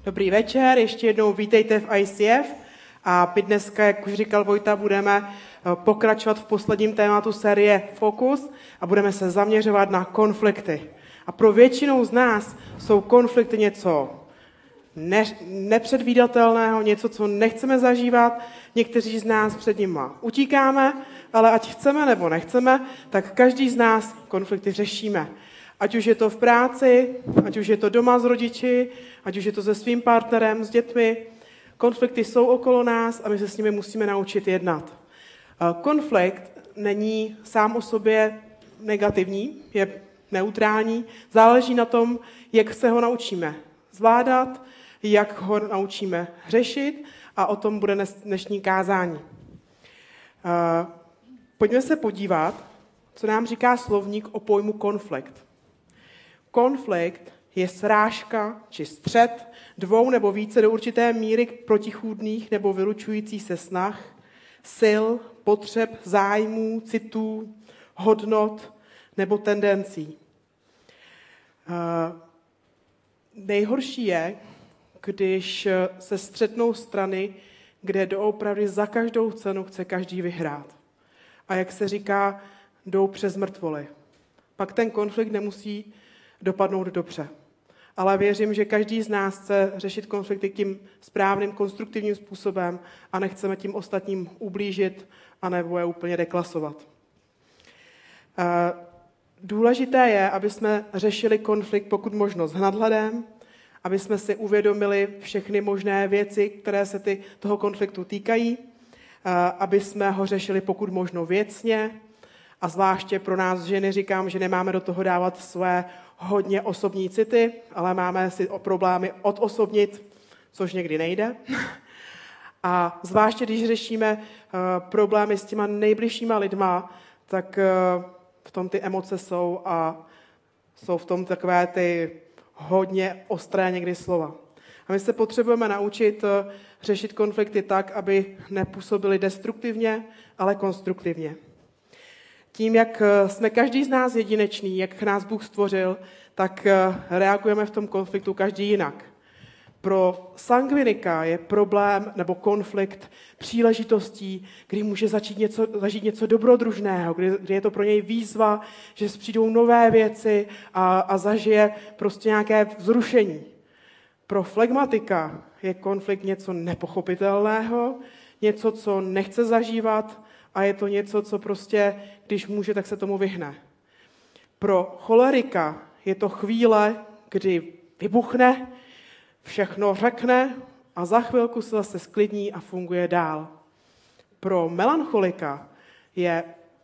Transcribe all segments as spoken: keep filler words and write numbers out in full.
Dobrý večer, ještě jednou vítejte v I C F a my dneska, jak už říkal Vojta, budeme pokračovat v posledním tématu série Focus a budeme se zaměřovat na konflikty. A pro většinou z nás jsou konflikty něco ne, nepředvídatelného, něco, co nechceme zažívat. Někteří z nás před nima utíkáme, ale ať chceme nebo nechceme, tak každý z nás konflikty řešíme. Ať už je to v práci, ať už je to doma s rodiči, ať už je to se svým partnerem, s dětmi. Konflikty jsou okolo nás a my se s nimi musíme naučit jednat. Konflikt není sám o sobě negativní, je neutrální, záleží na tom, jak se ho naučíme zvládat, jak ho naučíme řešit a o tom bude dnešní kázání. Pojďme se podívat, co nám říká slovník o pojmu konflikt. Konflikt je srážka či střet dvou nebo více do určité míry protichůdných nebo vylučujících se snah, sil, potřeb, zájmů, citů, hodnot nebo tendencí. Uh, nejhorší je, když se střetnou strany, kde doopravdy za každou cenu chce každý vyhrát. A jak se říká, jdou přes mrtvoly. Pak ten konflikt nemusí dopadnout dobře. Ale věřím, že každý z nás chce řešit konflikty tím správným, konstruktivním způsobem a nechceme tím ostatním ublížit anebo je úplně deklasovat. Důležité je, aby jsme řešili konflikt pokud možno s nadhledem, aby jsme si uvědomili všechny možné věci, které se ty, toho konfliktu týkají, aby jsme ho řešili pokud možno věcně a zvláště pro nás ženy říkám, že nemáme do toho dávat své hodně osobní city, ale máme si problémy odosobnit, což někdy nejde. A zvláště, když řešíme uh, problémy s těma nejbližšíma lidma, tak uh, v tom ty emoce jsou a jsou v tom takové ty hodně ostré někdy slova. A my se potřebujeme naučit uh, řešit konflikty tak, aby nepůsobily destruktivně, ale konstruktivně. Tím, jak jsme každý z nás jedinečný, jak nás Bůh stvořil, tak reagujeme v tom konfliktu každý jinak. Pro sangvinika je problém nebo konflikt příležitostí, kdy může začít něco, zažít něco dobrodružného, kdy, kdy je to pro něj výzva, že přijdou nové věci a, a zažije prostě nějaké vzrušení. Pro flegmatika je konflikt něco nepochopitelného, něco, co nechce zažívat, a je to něco, co prostě, když může, tak se tomu vyhne. Pro cholerika je to chvíle, kdy vybuchne, všechno řekne a za chvilku se zase sklidní a funguje dál. Pro melancholika je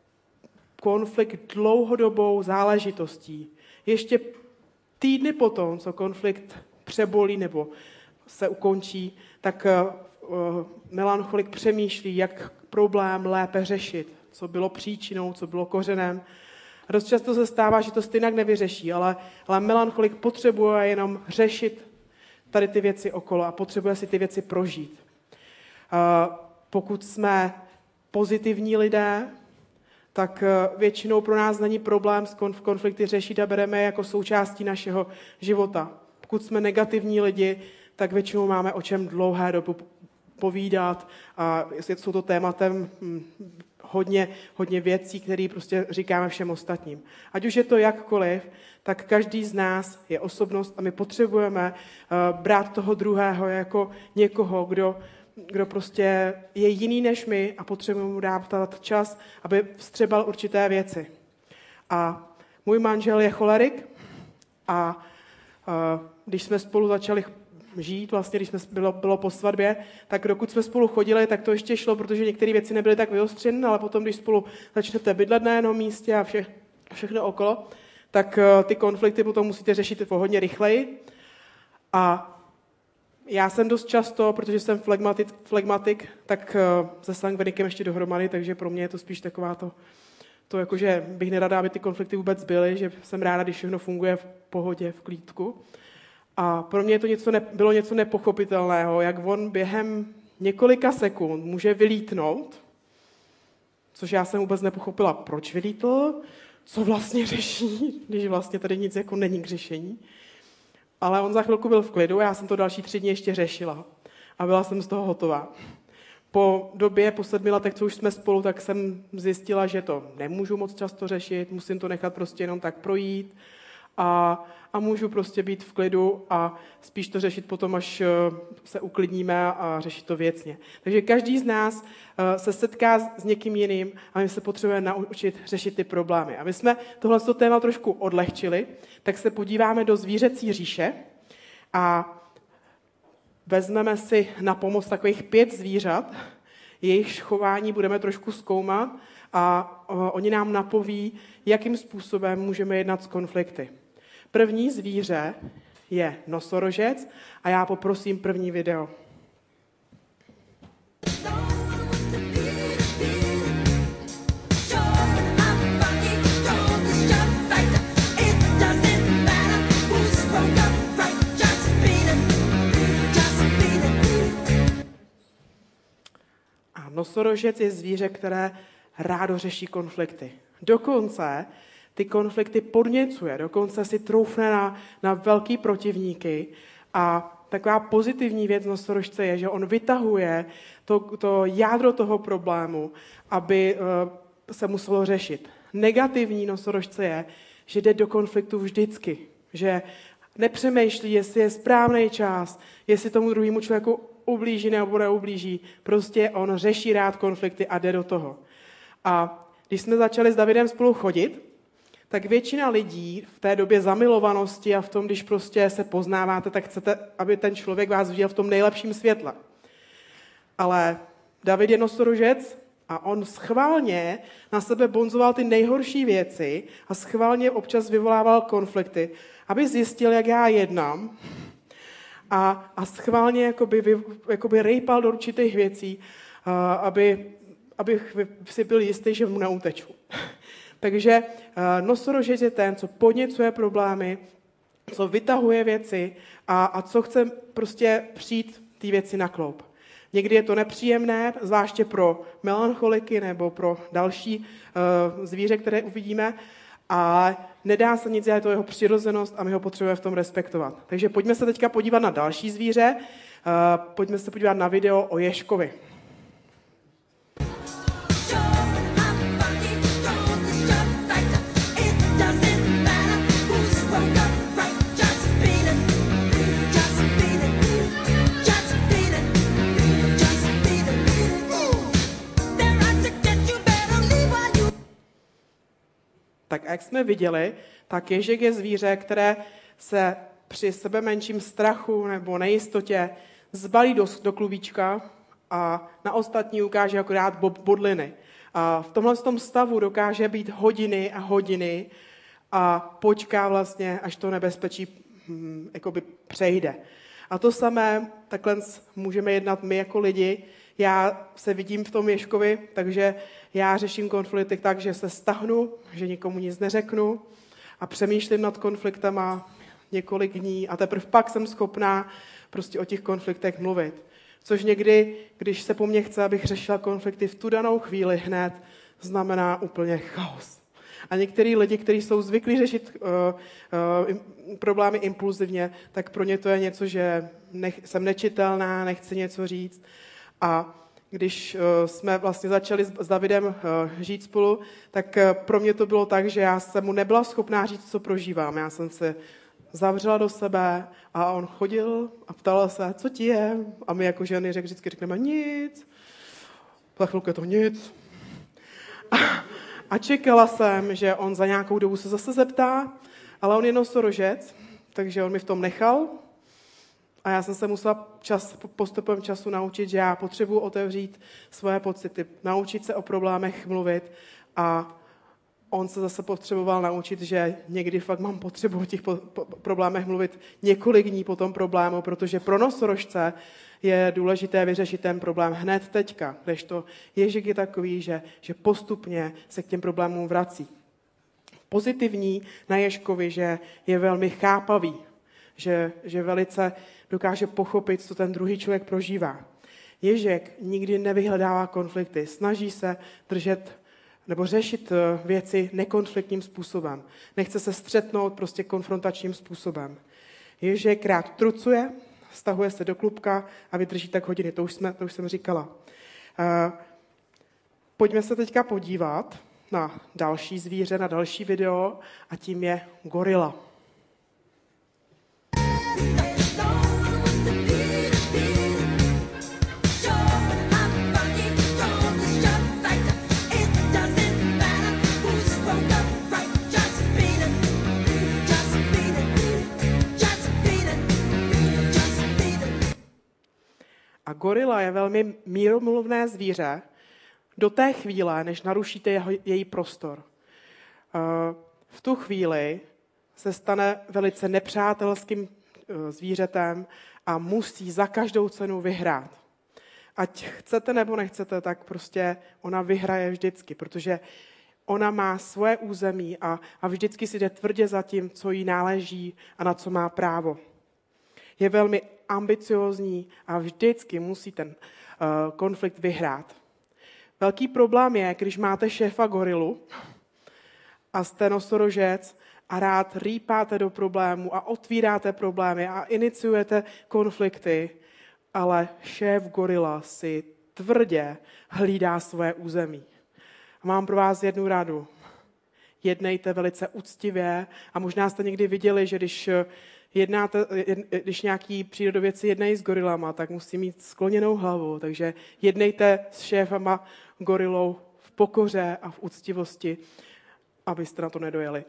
konflikt dlouhodobou záležitostí. Ještě týdny potom, co konflikt přebolí nebo se ukončí, tak uh, melancholik přemýšlí, jak problém lépe řešit, co bylo příčinou, co bylo kořenem. A dost často se stává, že to stejně nevyřeší, ale, ale melancholik potřebuje jenom řešit tady ty věci okolo a potřebuje si ty věci prožít. Uh, pokud jsme pozitivní lidé, tak uh, většinou pro nás není problém s konf- konflikty řešit a bereme je jako součástí našeho života. Pokud jsme negativní lidi, tak většinou máme o čem dlouhé dobu povídat a jsou to tématem hodně, hodně věcí, které prostě říkáme všem ostatním. Ať už je to jakkoliv, tak každý z nás je osobnost a my potřebujeme uh, brát toho druhého jako někoho, kdo, kdo prostě je jiný než my a potřebujeme mu dát čas, aby vstřebal určité věci. A můj manžel je cholerik a uh, když jsme spolu začali žít, vlastně, když jsme bylo, bylo po svatbě, tak dokud jsme spolu chodili, tak to ještě šlo, protože některé věci nebyly tak vyostřené, ale potom, když spolu začnete bydlet na jednom místě a vše, všechno okolo, tak uh, ty konflikty potom musíte řešit hodně rychleji. A já jsem dost často, protože jsem flegmatik, flegmatik tak uh, se sangvinikem ještě dohromady, takže pro mě je to spíš taková to, to jako, že bych nerada, aby ty konflikty vůbec byly, že jsem ráda, když všechno funguje v pohodě, v klídku. A pro mě to něco ne, bylo něco nepochopitelného, jak on během několika sekund může vylítnout, což já jsem vůbec nepochopila, proč vylítl, co vlastně řeší, když vlastně tady nic jako není k řešení. ale on za chvilku byl v klidu a já jsem to další tři dny ještě řešila. A byla jsem z toho hotová. Po době, po sedmi letech, co už jsme spolu, tak jsem zjistila, že to nemůžu moc často řešit, musím to nechat prostě jenom tak projít a, a můžu prostě být v klidu a spíš to řešit potom, až se uklidníme a řešit to věcně. Takže každý z nás se setká s někým jiným a my se potřebujeme naučit řešit ty problémy. Aby jsme tohle téma trošku odlehčili, tak se podíváme do zvířecí říše a vezmeme si na pomoc takových pět zvířat, jejich chování budeme trošku zkoumat a oni nám napoví, jakým způsobem můžeme jednat s konflikty. První zvíře je nosorožec a já poprosím první video. Nosorožec je zvíře, které rádo řeší konflikty. Dokonce ty konflikty podněcuje, dokonce si troufne na, na velký protivníky a taková pozitivní věc nosorožce je, že on vytahuje to, to jádro toho problému, aby uh, se muselo řešit. Negativní nosorožce je, že jde do konfliktu vždycky, že nepřemýšlí, jestli je správný čas, jestli tomu druhému člověku ublíží nebo neublíží. Prostě on řeší rád konflikty a jde do toho. A když jsme začali s Davidem spolu chodit, tak většina lidí v té době zamilovanosti a v tom, když prostě se poznáváte, tak chcete, aby ten člověk vás viděl v tom nejlepším světle. Ale David je nosorožec a on schválně na sebe bonzoval ty nejhorší věci a schválně občas vyvolával konflikty, aby zjistil, jak já jednám, A, a schválně jakoby, jakoby rejpal do určitých věcí, a, aby, abych si byl jistý, že mu neuteču. Takže nosorožec je ten, co podněcuje problémy, co vytahuje věci a, a co chce prostě přijít ty věci na kloup. Někdy je to nepříjemné, zvláště pro melancholiky nebo pro další uh, zvíře, které uvidíme, a nedá se nic, je to jeho přirozenost a my ho potřebujeme v tom respektovat. Takže pojďme se teďka podívat na další zvíře. Pojďme se podívat na video o ježkovi. Tak jak jsme viděli, tak ježek je zvíře, které se při sebe menším strachu nebo nejistotě zbalí do, do klubíčka a na ostatní ukáže akorát bodliny. A v tomhle tom stavu dokáže být hodiny a hodiny a počká vlastně, až to nebezpečí hm, jakoby přejde. A to samé takhle můžeme jednat my jako lidi. Já se vidím v tom ježkovi, takže já řeším konflikty tak, že se stahnu, že nikomu nic neřeknu a přemýšlím nad konfliktama několik dní a teprve pak jsem schopná prostě o těch konfliktech mluvit. Což někdy, když se po mně chce, abych řešila konflikty v tu danou chvíli hned, znamená úplně chaos. A některý lidi, kteří jsou zvyklí řešit uh, uh, problémy impulzivně, tak pro ně to je něco, že nech, jsem nečitelná, nechci něco říct. A když uh, jsme vlastně začali s, s Davidem uh, žít spolu, tak uh, pro mě to bylo tak, že já jsem mu nebyla schopná říct, co prožívám. Já jsem se zavřela do sebe a on chodil a ptal se, co ti je? A my jako ženy řek, vždycky řekneme nic. Za chvilku je to nic. A, a čekala jsem, že on za nějakou dobu se zase zeptá, ale on je nosorožec, takže on mi v tom nechal. A já jsem se musela čas, postupem času naučit, že já potřebuji otevřít svoje pocity, naučit se o problémech mluvit a on se zase potřeboval naučit, že někdy fakt mám potřebu o těch po, po, problémech mluvit několik dní po tom problému, protože pro nosorožce je důležité vyřešit ten problém hned teďka, kdežto ježek je takový, že, že postupně se k těm problémům vrací. Pozitivní na ježkovi, že je velmi chápavý, že, že velice dokáže pochopit, co ten druhý člověk prožívá. Ježek nikdy nevyhledává konflikty, snaží se držet nebo řešit věci nekonfliktním způsobem. Nechce se střetnout prostě konfrontačním způsobem. Ježek rád trucuje, stahuje se do klubka a vydrží tak hodiny. To už, jsme, to už jsem říkala. Pojďme se teďka podívat na další zvíře, na další video a tím je gorila. A gorila je velmi míromluvné zvíře do té chvíle, než narušíte jeho, její prostor. V tu chvíli se stane velice nepřátelským zvířetem a musí za každou cenu vyhrát. Ať chcete nebo nechcete, tak prostě ona vyhraje vždycky, protože ona má svoje území a, a vždycky si jde tvrdě za tím, co jí náleží a na co má právo. Je velmi ambiciózní a vždycky musí ten uh, konflikt vyhrát. Velký problém je, když máte šéfa gorilu a jste nosorožec a rád rýpáte do problému a otvíráte problémy a iniciujete konflikty, ale šéf gorila si tvrdě hlídá svoje území. A mám pro vás jednu radu. Jednejte velice úctivě a možná jste někdy viděli, že když jednáte, když nějaký přírodovědci jednají s gorilama, tak musí mít skloněnou hlavu. Takže jednejte s šéfama gorilou v pokoře a v úctivosti, abyste na to nedojeli.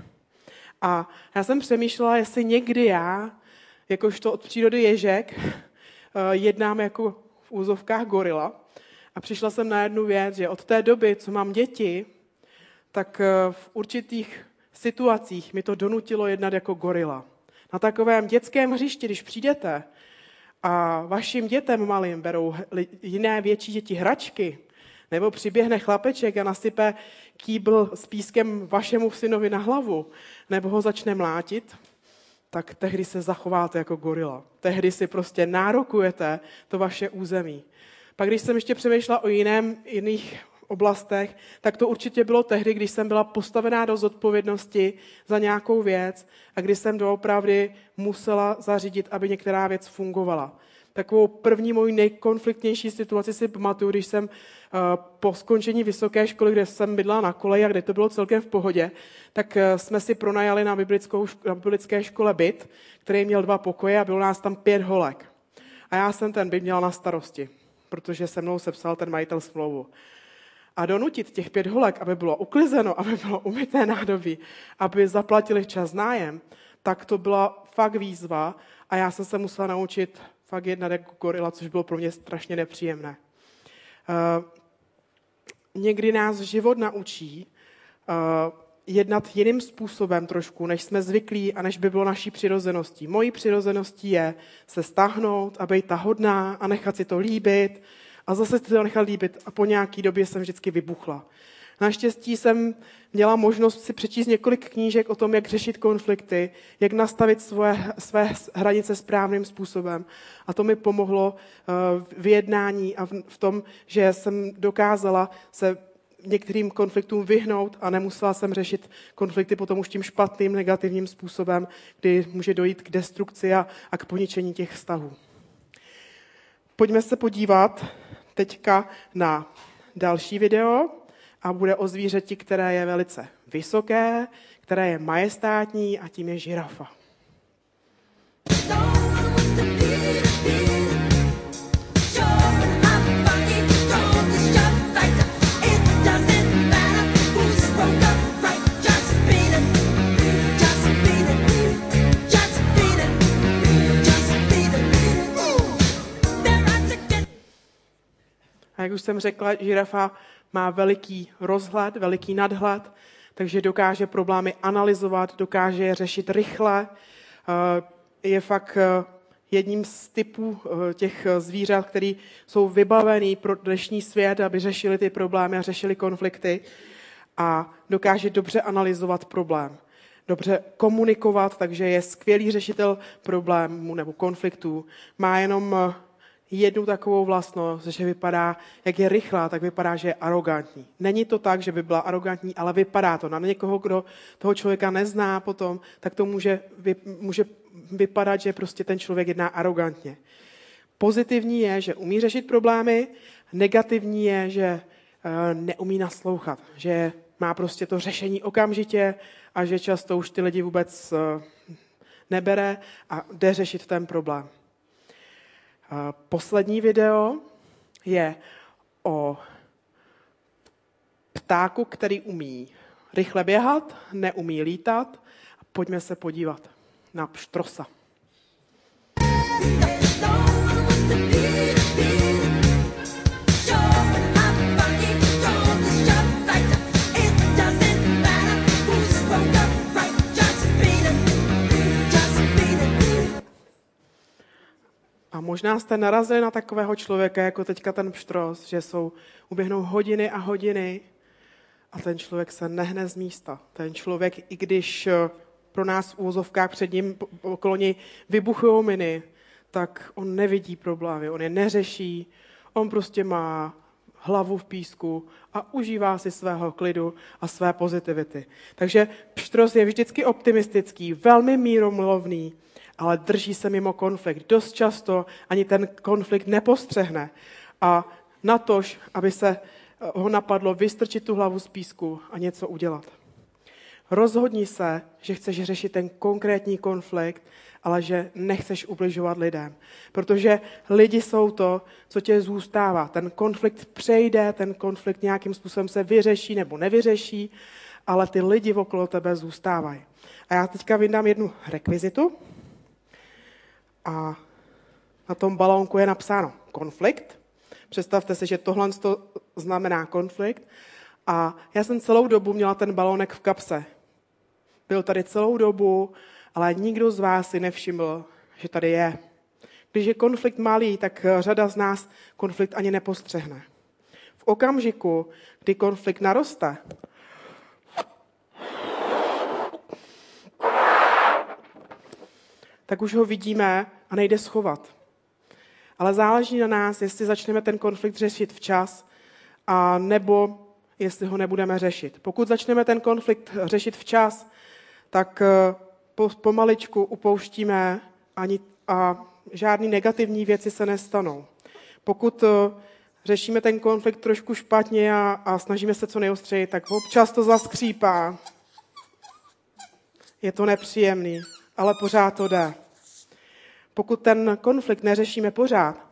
A já jsem přemýšlela, jestli někdy já, jakožto od přírody ježek, jednám jako v úzovkách gorila. A přišla jsem na jednu věc, že od té doby, co mám děti, tak v určitých situacích mi to donutilo jednat jako gorila. Na takovém dětském hřišti, když přijdete a vašim dětem malým berou jiné větší děti hračky, nebo přiběhne chlapeček a nasype kýbl s pískem vašemu synovi na hlavu, nebo ho začne mlátit, tak tehdy se zachováte jako gorila. Tehdy si prostě nárokujete to vaše území. Pak když jsem ještě přemýšlela o jiném, jiných oblastech, tak to určitě bylo tehdy, když jsem byla postavená do zodpovědnosti za nějakou věc a když jsem doopravdy musela zařídit, aby některá věc fungovala. Takovou první moji nejkonfliktnější situaci si pamatuju, když jsem po skončení vysoké školy, kde jsem bydlela na koleji a kde to bylo celkem v pohodě, tak jsme si pronajali na, biblickou, na biblické škole byt, který měl dva pokoje a bylo nás tam pět holek. A já jsem ten byt měla na starosti, protože se mnou sepsal ten majitel smlouvu. A donutit těch pět holek, aby bylo uklizeno, aby bylo umyté nádobí, aby zaplatili včas nájem, tak to byla fakt výzva a já jsem se musela naučit fakt jednat jako gorila, což bylo pro mě strašně nepříjemné. Uh, někdy nás život naučí uh, jednat jiným způsobem trošku, než jsme zvyklí a než by bylo naší přirozeností. Mojí přirozeností je se stáhnout a být ta hodná a nechat si to líbit a zase si to nechat líbit a po nějaký době jsem vždycky vybuchla. Naštěstí jsem měla možnost si přečíst několik knížek o tom, jak řešit konflikty, jak nastavit svoje, své hranice správným způsobem. A to mi pomohlo v jednání a v tom, že jsem dokázala se některým konfliktům vyhnout a nemusela jsem řešit konflikty potom už tím špatným, negativním způsobem, kdy může dojít k destrukci a, a k poničení těch vztahů. Pojďme se podívat teďka na další video a bude o zvířeti, které je velice vysoké, které je majestátní a tím je žirafa. A jak už jsem řekla, žirafa má veliký rozhled, veliký nadhled, takže dokáže problémy analyzovat, dokáže je řešit rychle. Je fakt jedním z typů těch zvířat, které jsou vybavený pro dnešní svět, aby řešili ty problémy a řešili konflikty. A dokáže dobře analyzovat problém, dobře komunikovat, takže je skvělý řešitel problémů nebo konfliktů. Má jenom jednu takovou vlastnost, že vypadá, jak je rychlá, tak vypadá, že je arrogantní. Není to tak, že by byla arrogantní, ale vypadá to. Na někoho, kdo toho člověka nezná potom, tak to může, vy, může vypadat, že prostě ten člověk jedná arrogantně. Pozitivní je, že umí řešit problémy, negativní je, že uh, neumí naslouchat, že má prostě to řešení okamžitě a že často už ty lidi vůbec uh, nebere a jde řešit ten problém. Uh, poslední video je o ptáku, který umí rychle běhat, neumí lítat. Pojďme se podívat na pštrosa. A možná jste narazili na takového člověka, jako teďka ten pštros, že jsou, uběhnou hodiny a hodiny a ten člověk se nehne z místa. Ten člověk, i když pro nás v úvozovkách před ním okolo něj vybuchují miny, tak on nevidí problémy, on je neřeší, on prostě má hlavu v písku a užívá si svého klidu a své pozitivity. Takže pštros je vždycky optimistický, velmi míromilovný, ale drží se mimo konflikt. Dost často ani ten konflikt nepostřehne. A natož, aby se ho napadlo vystrčit tu hlavu z písku a něco udělat. Rozhodni se, že chceš řešit ten konkrétní konflikt, ale že nechceš ubližovat lidem. Protože lidi jsou to, co tě zůstává. Ten konflikt přejde, ten konflikt nějakým způsobem se vyřeší nebo nevyřeší, ale ty lidi okolo tebe zůstávají. A já teďka vydám jednu rekvizitu. A na tom balónku je napsáno konflikt. Představte si, že tohle znamená konflikt. A já jsem celou dobu měla ten balónek v kapse. Byl tady celou dobu, ale nikdo z vás si nevšiml, že tady je. Když je konflikt malý, tak řada z nás konflikt ani nepostřehne. V okamžiku, kdy konflikt naroste, tak už ho vidíme a nejde schovat. Ale záleží na nás, jestli začneme ten konflikt řešit včas, a nebo jestli ho nebudeme řešit. Pokud začneme ten konflikt řešit včas, tak pomaličku upouštíme ani, a žádný negativní věci se nestanou. Pokud řešíme ten konflikt trošku špatně a, a snažíme se co nejostřeji, tak občas to zaskřípá. Je to nepříjemný, ale pořád to jde. Pokud ten konflikt neřešíme pořád,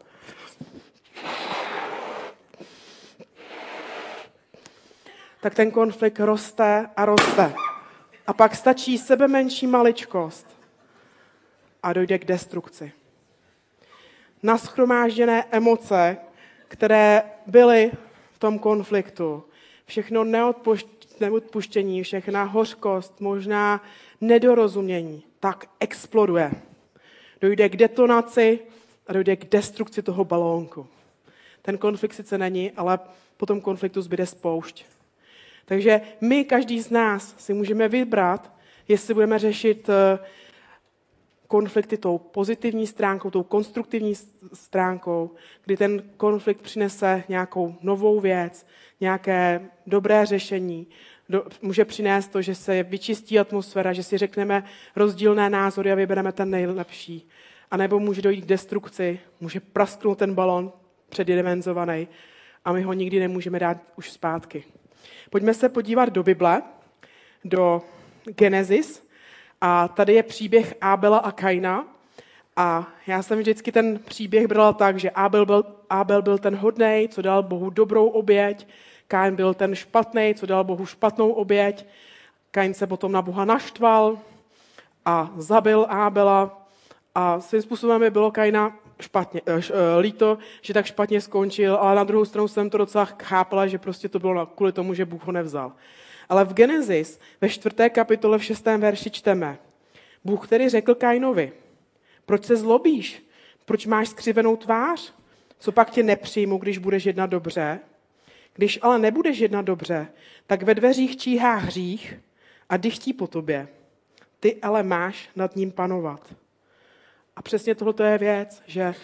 tak ten konflikt roste a roste. A pak stačí sebe menší maličkost a dojde k destrukci. Nashromážděné emoce, které byly v tom konfliktu, všechno neodpuštění, všechna hořkost, možná nedorozumění, tak exploduje. Dojde k detonaci a dojde k destrukci toho balónku. Ten konflikt sice není, ale po tom konfliktu zbyde spoušť. Takže my, každý z nás, si můžeme vybrat, jestli budeme řešit konflikty tou pozitivní stránkou, tou konstruktivní stránkou, kdy ten konflikt přinese nějakou novou věc, nějaké dobré řešení. Do, může přinést to, že se vyčistí atmosféra, že si řekneme rozdílné názory a vybereme ten nejlepší. A nebo může dojít k destrukci, může prasknout ten balon předimenzovaný a my ho nikdy nemůžeme dát už zpátky. Pojďme se podívat do Bible, do Genesis. A tady je příběh Ábela a Kaina. A já jsem vždycky ten příběh brala tak, že Ábel byl, Ábel byl ten hodnej, co dal Bohu dobrou oběť. Kain byl ten špatný, co dal Bohu špatnou oběť. Kain se potom na Boha naštval a zabil Ábela. A svým způsobem mi bylo Kaina špatně, líto, že tak špatně skončil, ale na druhou stranu jsem to docela chápala, že prostě to bylo kvůli tomu, že Bůh ho nevzal. Ale v Genesis ve čtvrté kapitole v šestém verši čteme: Bůh tedy řekl Kainovi: proč se zlobíš? Proč máš skřivenou tvář? Co pak tě nepřijmu, když budeš jednat dobře? Když ale nebudeš jednat dobře, tak ve dveřích číhá hřích a dychtí po tobě. Ty ale máš nad ním panovat. A přesně tohle je věc, že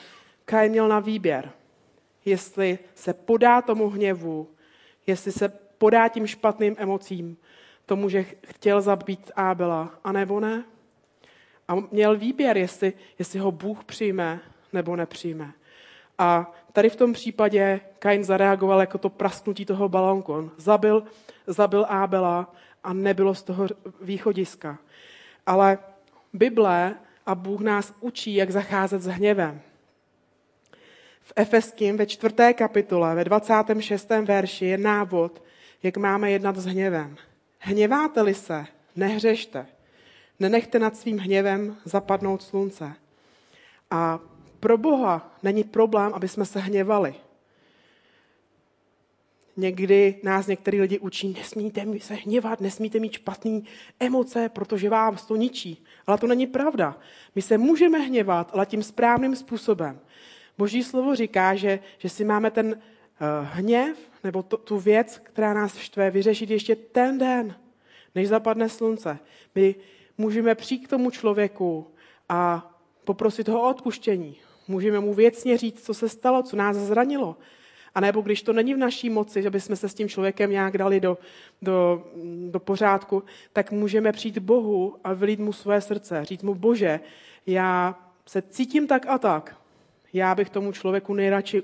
Kain měl na výběr, jestli se podá tomu hněvu, jestli se podá tím špatným emocím, tomu, že chtěl zabít Ábela, anebo ne. A měl výběr, jestli, jestli ho Bůh přijme, nebo nepřijme. A tady v tom případě Kain zareagoval jako to prasknutí toho balónku. On zabil, zabil Ábela a nebylo z toho východiska. Ale Bible a Bůh nás učí, jak zacházet s hněvem. V Efeským ve čtvrté kapitole, ve dvacátém šestém verši je návod, jak máme jednat s hněvem. Hněváte-li se, nehřešte. Nenechte nad svým hněvem zapadnout slunce. A pro Boha není problém, aby jsme se hněvali. Někdy nás některý lidi učí, nesmíte se hněvat, nesmíte mít špatné emoce, protože vám to ničí. Ale to není pravda. My se můžeme hněvat, ale tím správným způsobem. Boží slovo říká, že, že si máme ten uh, hněv, nebo to, tu věc, která nás štve, vyřešit ještě ten den, než zapadne slunce. My můžeme přijít k tomu člověku a poprosit ho o odpuštění. Můžeme mu věcně říct, co se stalo, co nás zranilo. A nebo když to není v naší moci, že bychom se s tím člověkem nějak dali do, do, do pořádku, tak můžeme přijít Bohu a vylít mu své srdce. Říct mu, Bože, já se cítím tak a tak. Já bych tomu člověku nejradši...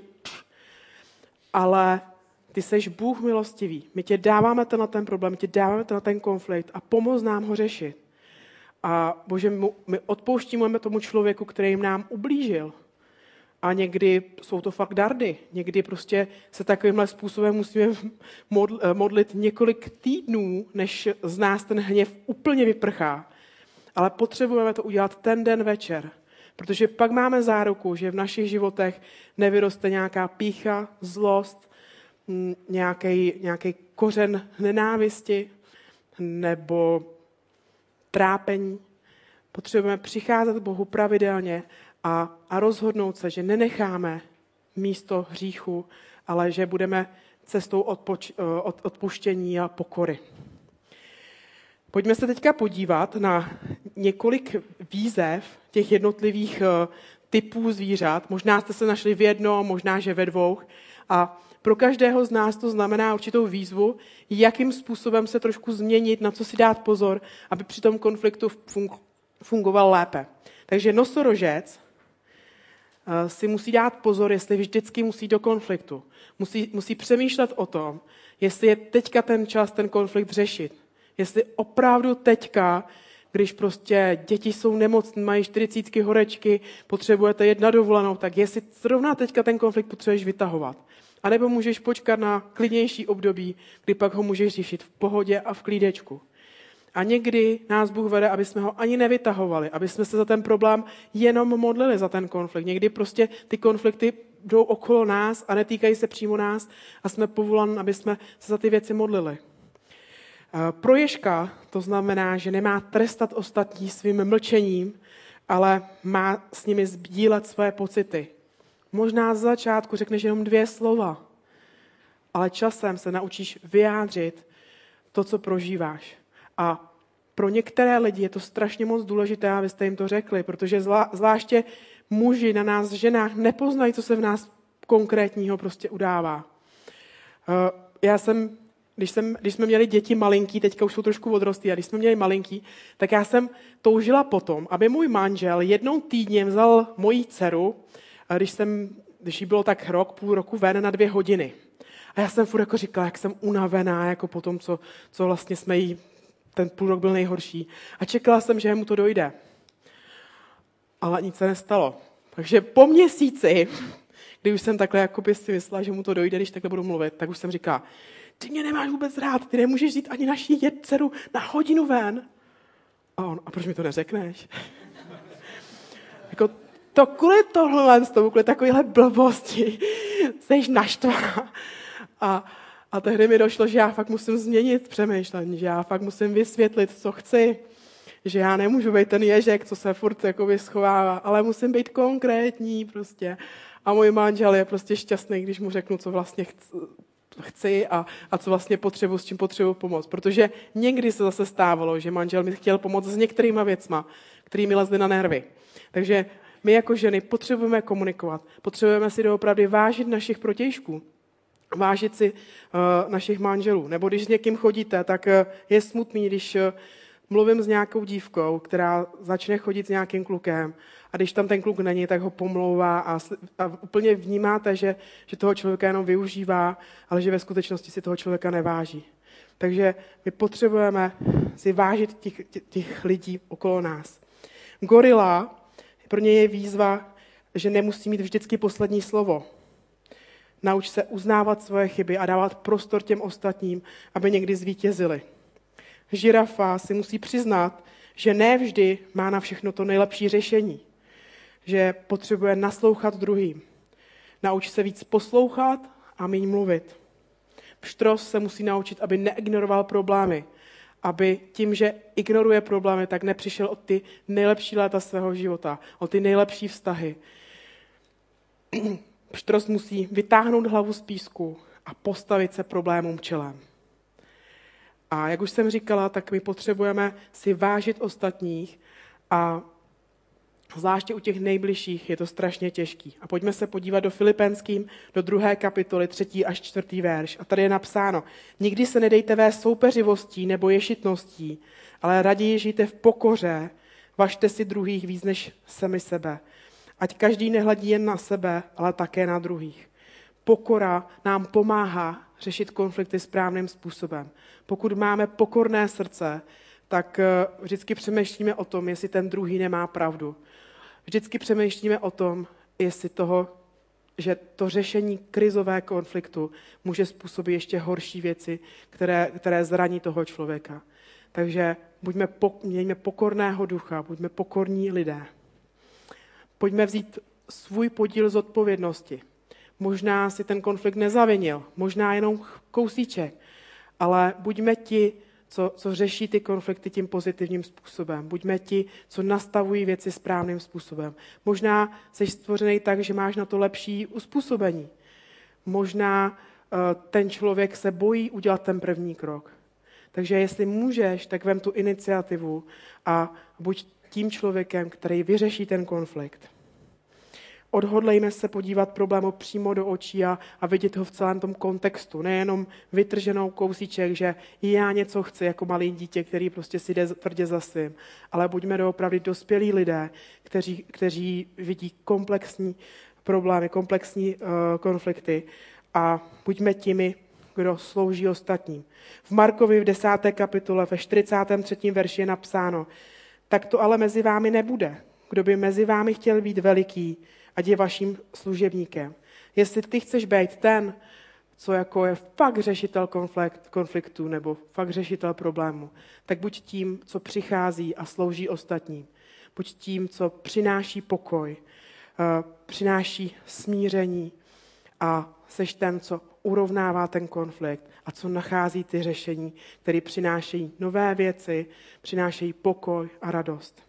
Ale ty seš Bůh milostivý. My tě dáváme ten na ten problém, my tě dáváme ten na ten konflikt a pomoz nám ho řešit. A Bože, my odpouštíme tomu člověku, který jim nám ublížil. A někdy jsou to fakt dardy. Někdy prostě se takovýmhle způsobem musíme modlit několik týdnů, než z nás ten hněv úplně vyprchá. Ale potřebujeme to udělat ten den večer. Protože pak máme záruku, že v našich životech nevyroste nějaká pýcha, zlost, nějaký, nějaký kořen nenávisti nebo trápení. Potřebujeme přicházet k Bohu pravidelně a, a rozhodnout se, že nenecháme místo hříchu, ale že budeme cestou odpoč, od, odpuštění a pokory. Pojďme se teďka podívat na několik výzev těch jednotlivých typů zvířat. Možná jste se našli v jednom, možná, že ve dvou. A pro každého z nás to znamená určitou výzvu, jakým způsobem se trošku změnit, na co si dát pozor, aby při tom konfliktu fungoval lépe. Takže nosorožec si musí dát pozor, jestli vždycky musí do konfliktu. Musí, musí přemýšlet o tom, jestli je teďka ten čas ten konflikt řešit. Jestli opravdu teďka, když prostě děti jsou nemocné, mají čtyřicítky horečky, potřebujete jet na dovolenou, tak jestli zrovna teďka ten konflikt potřebuješ vytahovat. A nebo můžeš počkat na klidnější období, kdy pak ho můžeš řešit v pohodě a v klídečku. A někdy nás Bůh vede, aby jsme ho ani nevytahovali, aby jsme se za ten problém jenom modlili za ten konflikt. Někdy prostě ty konflikty jdou okolo nás a netýkají se přímo nás a jsme povoláni, aby jsme se za ty věci modlili. Pro Ježka to znamená, že nemá trestat ostatní svým mlčením, ale má s nimi sdílet své pocity. Možná z začátku řekneš jenom dvě slova, ale časem se naučíš vyjádřit to, co prožíváš. A pro některé lidi je to strašně moc důležité, abyste jim to řekli, protože zvlá, zvláště muži na nás, ženách, nepoznají, co se v nás konkrétního prostě udává. Já jsem, když, jsem, když jsme měli děti malinký, teďka už jsou trošku odrostlí, a když jsme měli malinký, tak já jsem toužila potom, aby můj manžel jednou týdně vzal moji dceru, když, jsem, když jí bylo tak rok, půl roku ven na dvě hodiny. A já jsem furt jako říkala, jak jsem unavená, jako po tom, co, co vlastně jsme jí, ten půl rok byl nejhorší. A čekala jsem, že mu to dojde. Ale nic se nestalo. Takže po měsíci, kdy už jsem takhle jakoby si myslela, že mu to dojde, když takhle budu mluvit, tak už jsem říkala, ty mě nemáš vůbec rád, ty nemůžeš jít ani naší dceru na hodinu ven. A on, a proč mi to neřekneš? Jako, to kvůli tohle, kvůli takovéhle blbosti, jsi naštvaná. A, a tehdy mi došlo, že já fakt musím změnit přemýšlení, že já fakt musím vysvětlit, co chci, že já nemůžu být ten ježek, co se furt jakoby schovává, ale musím být konkrétní prostě. A můj manžel je prostě šťastný, když mu řeknu, co vlastně chci, chci a, a co vlastně potřebuji, s čím potřebuji pomoct. Protože někdy se zase stávalo, že manžel mi chtěl pomoct s některýma věcma, který mi lezly na nervy. Takže My jako ženy potřebujeme komunikovat, potřebujeme si doopravdy vážit našich protějšků, vážit si uh, našich manželů. Nebo když s někým chodíte, tak uh, je smutný, když uh, mluvím s nějakou dívkou, která začne chodit s nějakým klukem a když tam ten kluk není, tak ho pomlouvá a, a úplně vnímáte, že, že toho člověka jenom využívá, ale že ve skutečnosti si toho člověka neváží. Takže my potřebujeme si vážit těch, těch lidí okolo nás. Gorila, pro ně je výzva, že nemusí mít vždycky poslední slovo. Nauč se uznávat svoje chyby a dávat prostor těm ostatním, aby někdy zvítězili. Žirafa si musí přiznat, že ne vždy má na všechno to nejlepší řešení. Že potřebuje naslouchat druhým. Nauč se víc poslouchat a méně mluvit. Pštros se musí naučit, aby neignoroval problémy. Aby tím, že ignoruje problémy, tak nepřišel od ty nejlepší léta svého života, od ty nejlepší vztahy. Pštros musí vytáhnout hlavu z písku a postavit se problémům čelem. A jak už jsem říkala, tak my potřebujeme si vážit ostatních a zvláště u těch nejbližších je to strašně těžký. A pojďme se podívat do Filipenským, do druhé kapitoly, třetí až čtvrtý verš. A tady je napsáno, nikdy se nedejte vést soupeřivostí nebo ješitností, ale raději žijte v pokoře, važte si druhých víc než sami sebe. Ať každý nehledí jen na sebe, ale také na druhých. Pokora nám pomáhá řešit konflikty správným způsobem. Pokud máme pokorné srdce, tak vždycky přemýšlíme o tom, jestli ten druhý nemá pravdu. Vždycky přemýšlíme o tom, jestli toho, že to řešení krizové konfliktu může způsobit ještě horší věci, které, které zraní toho člověka. Takže buďme, mějme pokorného ducha, buďme pokorní lidé. Pojďme vzít svůj podíl zodpovědnosti. Možná si ten konflikt nezavinil, možná jenom kousíček, ale buďme ti, co, co řeší ty konflikty tím pozitivním způsobem. Buďme ti, co nastavují věci správným způsobem. Možná jsi stvořený tak, že máš na to lepší uspůsobení. Možná uh, ten člověk se bojí udělat ten první krok. Takže jestli můžeš, tak vem tu iniciativu a buď tím člověkem, který vyřeší ten konflikt. Odhodlejme se podívat problému přímo do očí a, a vidět ho v celém tom kontextu. Nejenom vytrženou kousíček, že já něco chci jako malý dítě, který prostě si jde tvrdě za svým. Ale buďme doopravdy dospělí lidé, kteří, kteří vidí komplexní problémy, komplexní uh, konflikty a buďme těmi, kdo slouží ostatním. V Markovi v desáté kapitole ve čtyřicátém třetím verši je napsáno, tak to ale mezi vámi nebude. Kdo by mezi vámi chtěl být veliký, ať je vaším služebníkem. Jestli ty chceš být ten, co jako je fakt řešitel konflikt, konfliktu nebo fakt řešitel problému, tak buď tím, co přichází a slouží ostatním. Buď tím, co přináší pokoj, přináší smíření a seš ten, co urovnává ten konflikt a co nachází ty řešení, které přinášejí nové věci, přinášejí pokoj a radost.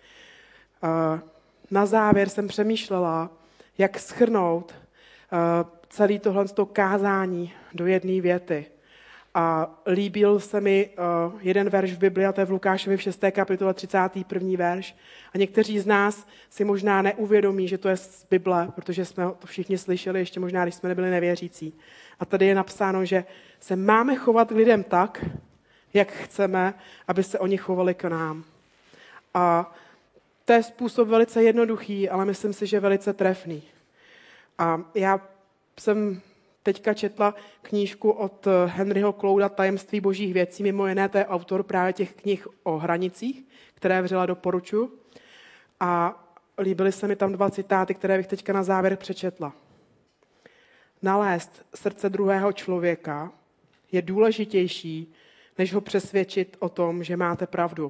Na závěr jsem přemýšlela, jak shrnout celý tohle kázání do jedné věty. A líbil se mi jeden verš v Bibli, a to je v Lukášovi v šesté kapitole třicátý první verš. A někteří z nás si možná neuvědomí, že to je z Bible, protože jsme to všichni slyšeli, ještě možná, když jsme nebyli nevěřící. A tady je napsáno, že se máme chovat k lidem tak, jak chceme, aby se oni chovali k nám. A to je způsob velice jednoduchý, ale myslím si, že velice trefný. A já jsem teďka četla knížku od Henryho Clouda Tajemství božích věcí, mimo jiné to je autor právě těch knih o hranicích, které vřela doporučuji. A líbily se mi tam dva citáty, které bych teďka na závěr přečetla. Nalézt srdce druhého člověka je důležitější, než ho přesvědčit o tom, že máte pravdu.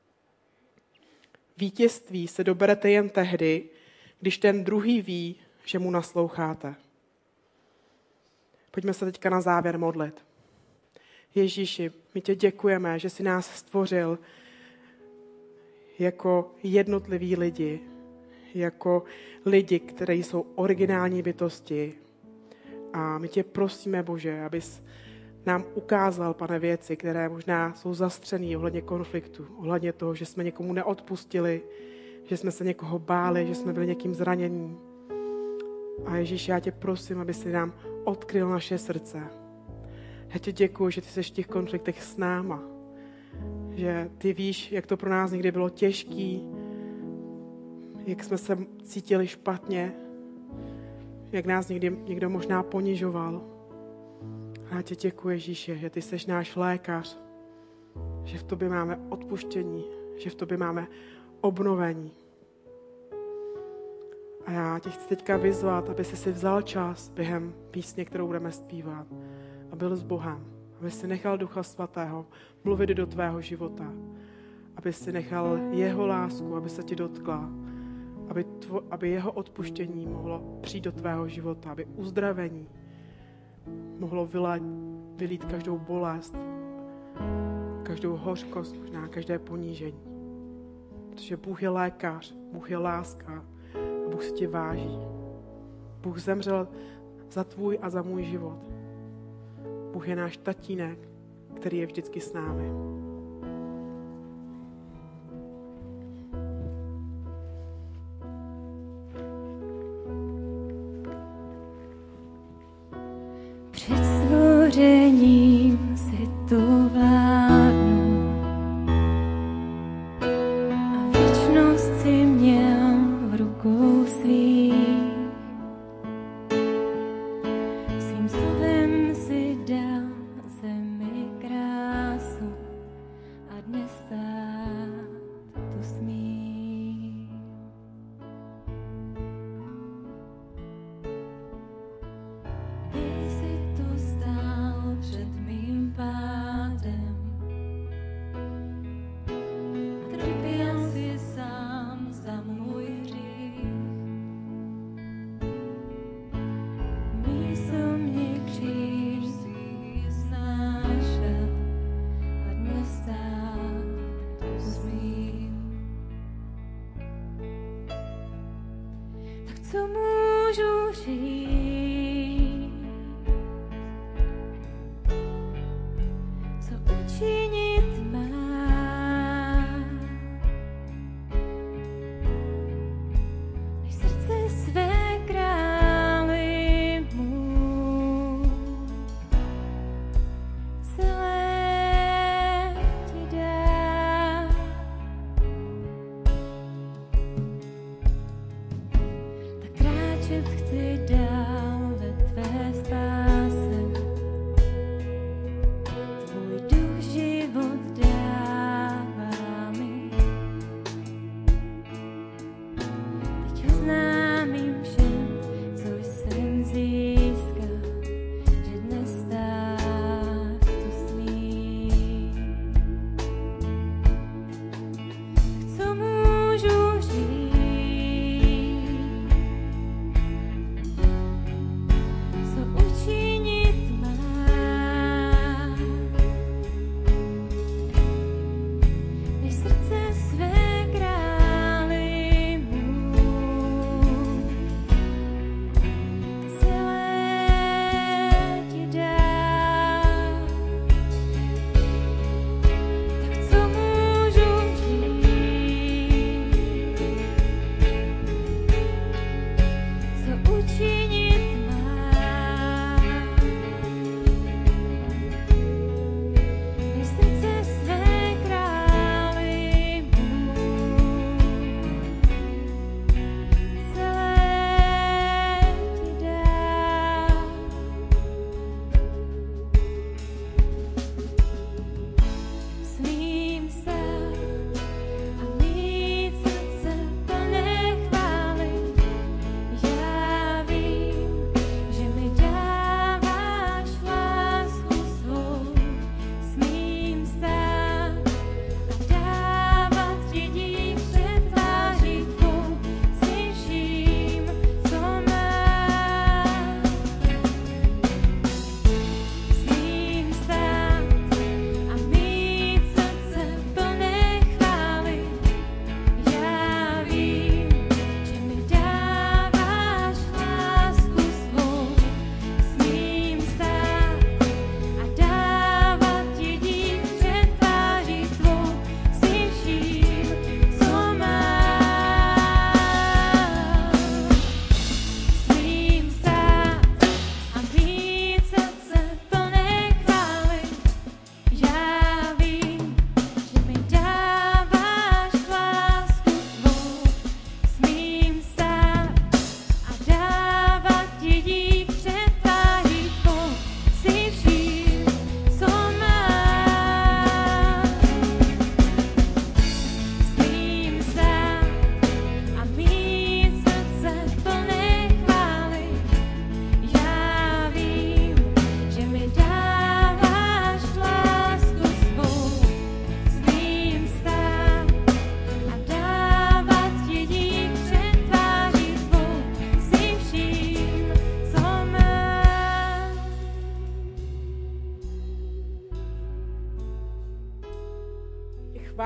Vítězství se doberete jen tehdy, když ten druhý ví, že mu nasloucháte. Pojďme se teďka na závěr modlit. Ježíši, my tě děkujeme, že jsi nás stvořil jako jednotliví lidi, jako lidi, kteří jsou originální bytosti. A my tě prosíme, Bože, abys nám ukázal, Pane, věci, které možná jsou zastřený ohledně konfliktu, ohledně toho, že jsme někomu neodpustili, že jsme se někoho báli, že jsme byli někým zranění. A Ježíši, já tě prosím, aby si nám odkryl naše srdce. Já ti děkuji, že ty jsi v těch konfliktech s náma. Že ty víš, jak to pro nás někdy bylo těžký, jak jsme se cítili špatně, jak nás někdy někdo možná ponižoval. A já tě děkuji, Ježíši, že ty jsi náš lékař, že v tobě máme odpuštění, že v tobě máme obnovení. A já tě chci teďka vyzvat, aby jsi si vzal čas během písně, kterou budeme zpívat, a byl s Bohem. Aby si nechal Ducha Svatého mluvit do tvého života. Aby si nechal jeho lásku, aby se ti dotkla. Aby, tvo, aby jeho odpuštění mohlo přijít do tvého života. Aby uzdravení mohlo vylít, vylít každou bolest, každou hořkost, možná každé ponížení. Protože Bůh je lékař, Bůh je láska a Bůh se tě váží. Bůh zemřel za tvůj a za můj život. Bůh je náš tatínek, který je vždycky s námi. Před stvořením si tu vládnu a věčnost si měl v rukou svých. Svým slovem si dal zemi krásu a dnes stát tu smí. Ty jsi tu stál před mým pádem a trpěl jsi sám za můj hřích. Místo mě kříž si snášel a dnes stát tu smím. Tak co můžu říct? Co učinit mám? Než srdce své králi můj celé ti dám. Tak kráčet chci dál ve tvé spáse. Tvůj duch život dává mi. Teď oznámím všem, co jsem získal, že dnes stát tu smím. Co můžu říct?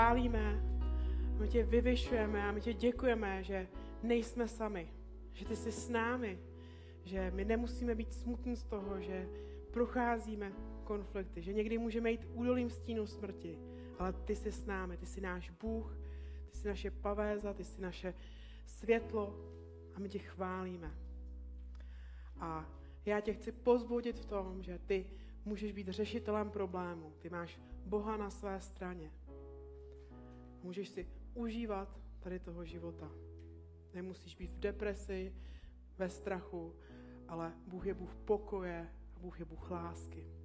chválíme, my tě vyvyšujeme a my tě děkujeme, že nejsme sami, že ty jsi s námi, že my nemusíme být smutní z toho, že procházíme konflikty, že někdy můžeme jít údolím stínu smrti, ale ty jsi s námi, ty jsi náš Bůh, ty jsi naše pavéza, ty jsi naše světlo a my tě chválíme. A já tě chci pozbudit v tom, že ty můžeš být řešitelem problému. Ty máš Boha na své straně. Můžeš si užívat tady toho života. Nemusíš být v depresi, ve strachu, ale Bůh je Bůh pokoje a Bůh je Bůh lásky.